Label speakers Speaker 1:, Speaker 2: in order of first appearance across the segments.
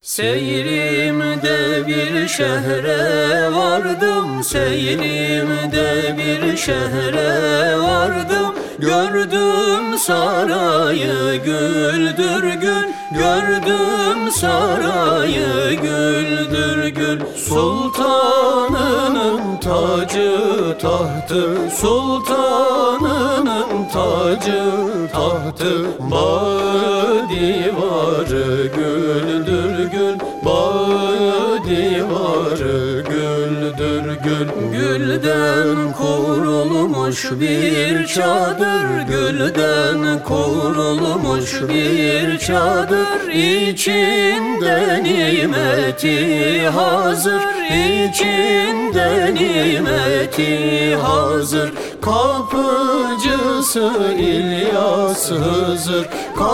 Speaker 1: Seyrimde bir şehre vardım, seyrimde bir şehre vardım. Gördüm sarayı güldür gül, gördüm sarayı güldür gül. Sultanının tacı tahtı, sultanının tacı tahtı. Bağı divarı güldür gül, bağı divarı güldür gül. Gülden kurulmuş bir çadır, gülden kurulmuş bir çadır. İçinde nimeti hazır, içinde nimeti hazır. Kapıcısı İlyas Hızır,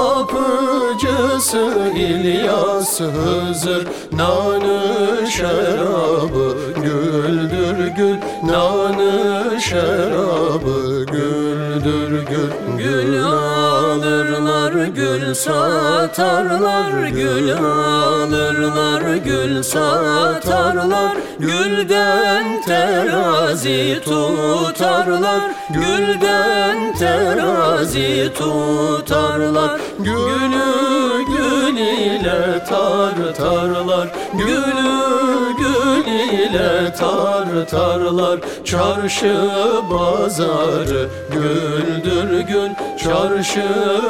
Speaker 1: kapıcısı İlyas Hızır. Nanı şerabı güldür gül, nanı şerabı güldür gül. Gül alırlar, gül satarlar, gül alırlar, gül satarlar. Gülden terazi tutarlar, gülden terazi tutarlar. Gülü gül ile tartarlar, gülü gül ile tartarlar. Çarşı pazarı güldür gül, çarşı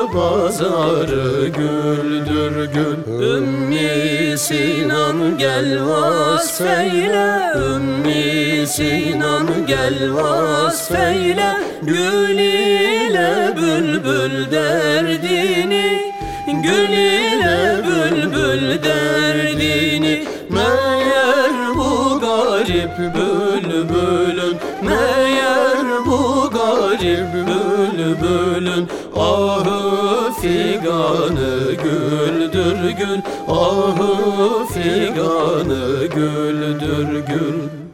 Speaker 1: pazarı güldür gül. Ümmü Sinan gel vasfeyle, Ümmü Sinan gel vasfeyle. Gül ile bülbül derdini, gül ile bülbül derdini. Meğer bu garip bülbülün, meğer bu garip bülbülün ahı figanı güldür gül, ahı figanı güldür gül.